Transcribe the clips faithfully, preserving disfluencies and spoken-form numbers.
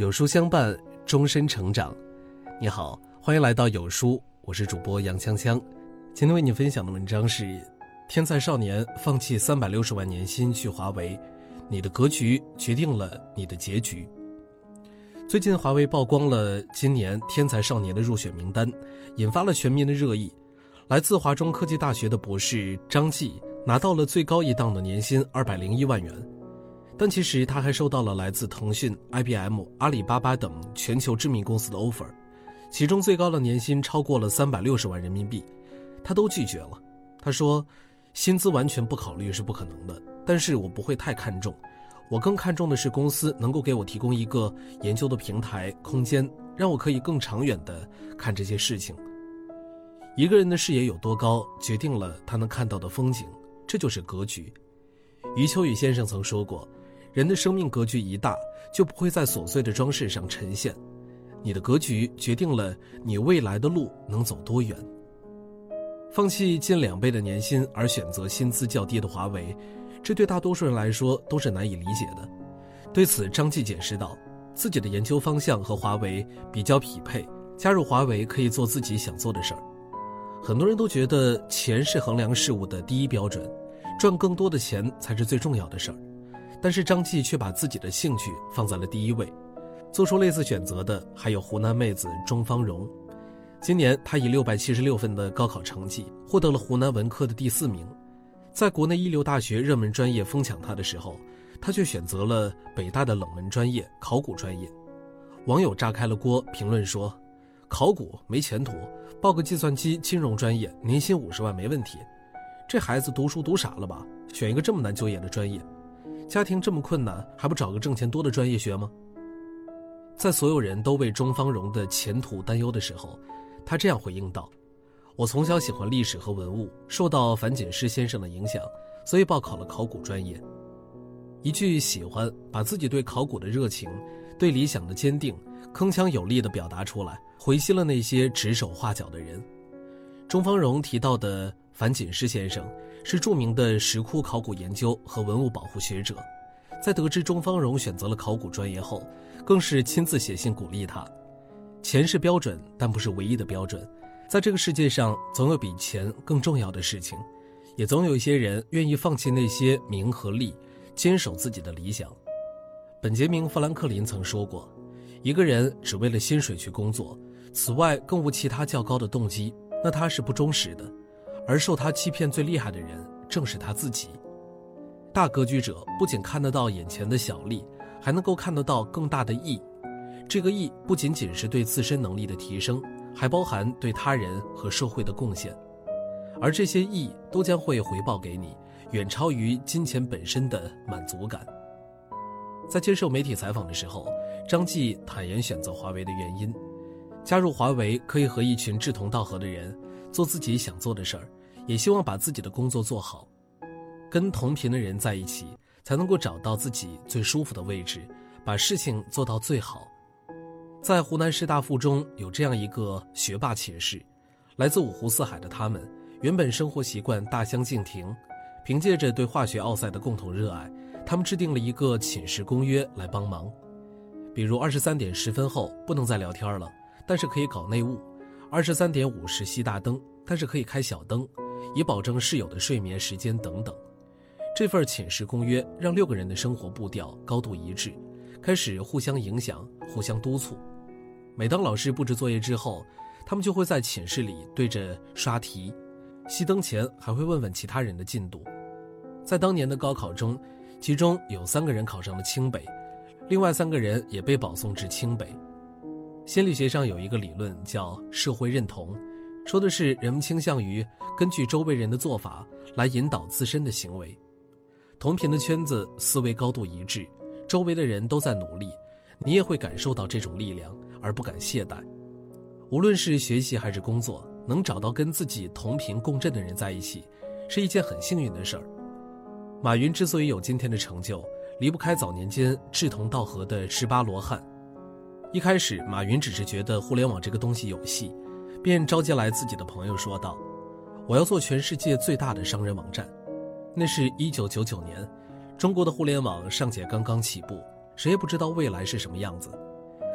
有书相伴，终身成长。你好，欢迎来到有书，我是主播杨锵锵。今天为你分享的文章是：天才少年放弃三百六十万年薪去华为，你的格局决定了你的结局。最近华为曝光了今年天才少年的入选名单，引发了全民的热议。来自华中科技大学的博士张继拿到了最高一档的年薪二百零一万元，但其实他还收到了来自腾讯、I B M、阿里巴巴等全球知名公司的 offer， 其中最高的年薪超过了三百六十万人民币，他都拒绝了。他说，薪资完全不考虑是不可能的，但是我不会太看重，我更看重的是公司能够给我提供一个研究的平台空间，让我可以更长远地看这些事情。一个人的视野有多高，决定了他能看到的风景，这就是格局。余秋雨先生曾说过，人的生命格局一大，就不会在琐碎的装饰上沉陷。你的格局决定了你未来的路能走多远。放弃近两倍的年薪而选择薪资较低的华为，这对大多数人来说都是难以理解的。对此，张继解释道，自己的研究方向和华为比较匹配，加入华为可以做自己想做的事儿。很多人都觉得钱是衡量事物的第一标准，赚更多的钱才是最重要的事儿。但是张继却把自己的兴趣放在了第一位。做出类似选择的还有湖南妹子钟芳蓉。今年她以六百七十六分的高考成绩获得了湖南文科的第四名。在国内一流大学热门专业疯抢她的时候，她却选择了北大的冷门专业考古专业。网友炸开了锅，评论说，考古没前途，报个计算机金融专业年薪五十万没问题。这孩子读书读傻了吧，选一个这么难就业的专业，家庭这么困难，还不找个挣钱多的专业学吗？在所有人都为钟芳蓉的前途担忧的时候，他这样回应道，我从小喜欢历史和文物，受到樊锦诗先生的影响，所以报考了考古专业。一句喜欢，把自己对考古的热情，对理想的坚定铿锵有力地表达出来，回吸了那些指手画脚的人。钟芳蓉提到的樊锦诗先生是著名的石窟考古研究和文物保护学者，在得知钟芳蓉选择了考古专业后，更是亲自写信鼓励他。钱是标准，但不是唯一的标准，在这个世界上总有比钱更重要的事情，也总有一些人愿意放弃那些名和利，坚守自己的理想。本杰明·富兰克林曾说过，一个人只为了薪水去工作，此外更无其他较高的动机，那他是不忠实的，而受他欺骗最厉害的人正是他自己。大格局者不仅看得到眼前的小利，还能够看得到更大的益。这个益不仅仅是对自身能力的提升，还包含对他人和社会的贡献，而这些益都将会回报给你，远超于金钱本身的满足感。在接受媒体采访的时候，张继坦言选择华为的原因，加入华为可以和一群志同道合的人做自己想做的事儿，也希望把自己的工作做好。跟同频的人在一起，才能够找到自己最舒服的位置，把事情做到最好。在湖南师大附中有这样一个学霸寝室，来自五湖四海的他们原本生活习惯大相径庭，凭借着对化学奥赛的共同热爱，他们制定了一个寝室公约来帮忙。比如二十三点十分后不能再聊天了，但是可以搞内务；二十三点五十熄大灯，但是可以开小灯，以保证室友的睡眠时间等等。这份寝室公约让六个人的生活步调高度一致，开始互相影响，互相督促。每当老师布置作业之后，他们就会在寝室里对着刷题，熄灯前还会问问其他人的进度。在当年的高考中，其中有三个人考上了清北，另外三个人也被保送至清北。心理学上有一个理论叫社会认同，说的是人们倾向于根据周围人的做法来引导自身的行为。同频的圈子思维高度一致，周围的人都在努力，你也会感受到这种力量而不敢懈怠。无论是学习还是工作，能找到跟自己同频共振的人在一起，是一件很幸运的事儿。马云之所以有今天的成就，离不开早年间志同道合的十八罗汉。一开始马云只是觉得互联网这个东西有戏，便召集来自己的朋友说道，我要做全世界最大的商人网站。那是一九九九年，中国的互联网尚且刚刚起步，谁也不知道未来是什么样子。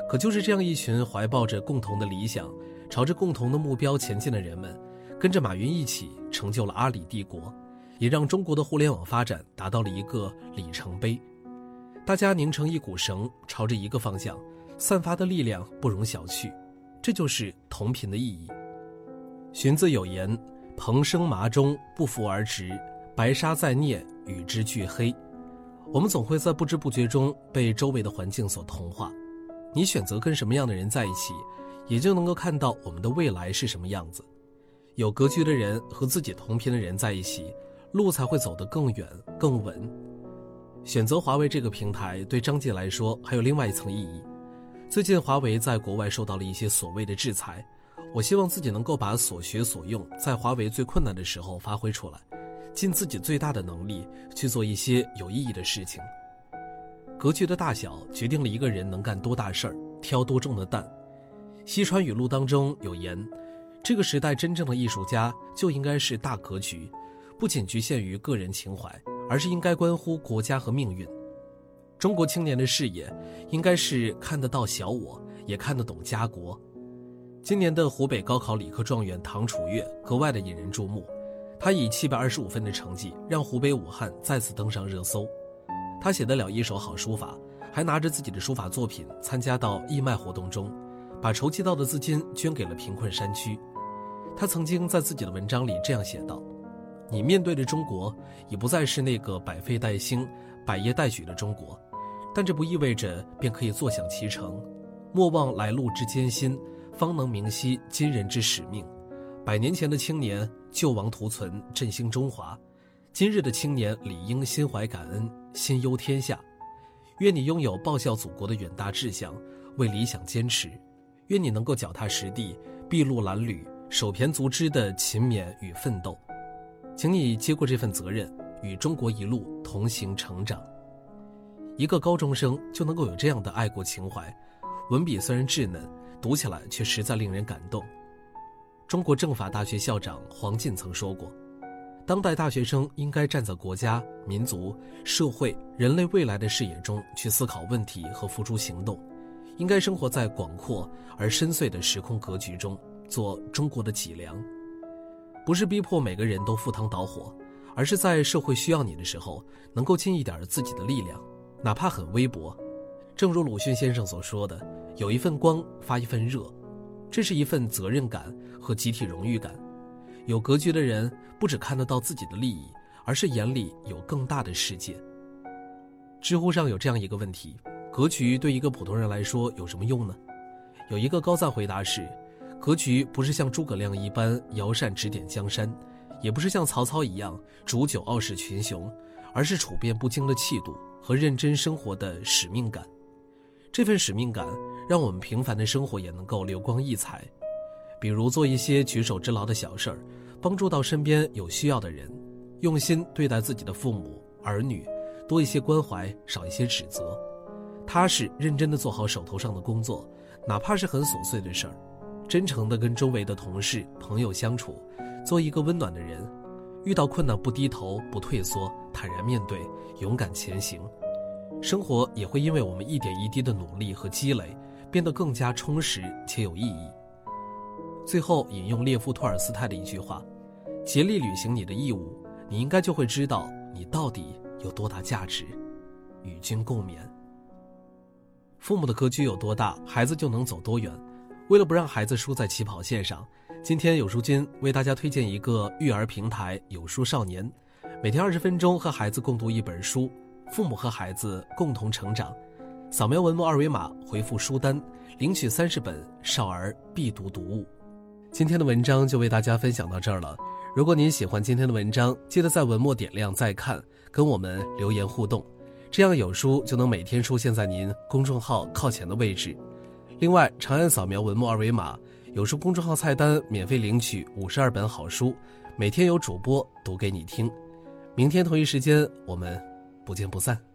可就是这样一群怀抱着共同的理想，朝着共同的目标前进的人们，跟着马云一起成就了阿里帝国，也让中国的互联网发展达到了一个里程碑。大家拧成一股绳，朝着一个方向，散发的力量不容小觑，这就是同频的意义。荀子有言，蓬生麻中，不扶而直，白沙在涅，与之俱黑。我们总会在不知不觉中被周围的环境所同化，你选择跟什么样的人在一起，也就能够看到我们的未来是什么样子。有格局的人和自己同频的人在一起，路才会走得更远更稳。选择华为这个平台对张姐来说还有另外一层意义。最近华为在国外受到了一些所谓的制裁，我希望自己能够把所学所用在华为最困难的时候发挥出来，尽自己最大的能力去做一些有意义的事情。格局的大小决定了一个人能干多大事儿，挑多重的担。西川语录当中有言，这个时代真正的艺术家就应该是大格局，不仅局限于个人情怀，而是应该关乎国家和命运。中国青年的视野应该是看得到小我，也看得懂家国。今年的湖北高考理科状元唐楚月格外的引人注目，他以七百二十五分的成绩让湖北武汉再次登上热搜。他写得了一手好书法，还拿着自己的书法作品参加到义卖活动中，把筹集到的资金捐给了贫困山区。他曾经在自己的文章里这样写道，你面对的中国已不再是那个百废待兴百业待举的中国，但这不意味着便可以坐享其成。莫忘来路之艰辛，方能明晰今人之使命。百年前的青年救亡图存，振兴中华，今日的青年理应心怀感恩，心忧天下。愿你拥有报效祖国的远大志向，为理想坚持。愿你能够脚踏实地，筚路蓝缕，手胼足肢的勤勉与奋斗。请你接过这份责任，与中国一路同行成长。一个高中生就能够有这样的爱国情怀，文笔虽然稚嫩，读起来却实在令人感动。中国政法大学校长黄进曾说过，当代大学生应该站在国家、民族、社会、人类未来的视野中去思考问题和付诸行动，应该生活在广阔而深邃的时空格局中，做中国的脊梁。不是逼迫每个人都赴汤蹈火，而是在社会需要你的时候，能够尽一点自己的力量，哪怕很微薄。正如鲁迅先生所说的，有一份光发一份热，这是一份责任感和集体荣誉感。有格局的人不只看得到自己的利益，而是眼里有更大的世界。知乎上有这样一个问题，格局对一个普通人来说有什么用呢？有一个高赞回答是，格局不是像诸葛亮一般摇扇指点江山，也不是像曹操一样煮酒傲视群雄，而是处变不惊的气度和认真生活的使命感。这份使命感让我们平凡的生活也能够流光溢彩，比如做一些举手之劳的小事儿，帮助到身边有需要的人，用心对待自己的父母儿女，多一些关怀，少一些指责，踏实认真地做好手头上的工作，哪怕是很琐碎的事儿，真诚地跟周围的同事朋友相处，做一个温暖的人，遇到困难不低头不退缩，坦然面对，勇敢前行。生活也会因为我们一点一滴的努力和积累，变得更加充实且有意义。最后引用列夫·托尔斯泰的一句话，竭力履行你的义务，你应该就会知道你到底有多大价值。与君共勉。父母的格局有多大，孩子就能走多远。为了不让孩子输在起跑线上，今天有书君为大家推荐一个育儿平台有书少年，每天二十分钟和孩子共读一本书，父母和孩子共同成长。扫描文末二维码，回复书单，领取三十本少儿必读读物。今天的文章就为大家分享到这儿了。如果您喜欢今天的文章，记得在文末点亮再看，跟我们留言互动，这样有书就能每天出现在您公众号靠前的位置。另外，长按扫描文末二维码，有书公众号菜单免费领取五十二本好书，每天有主播读给你听。明天同一时间，我们不见不散。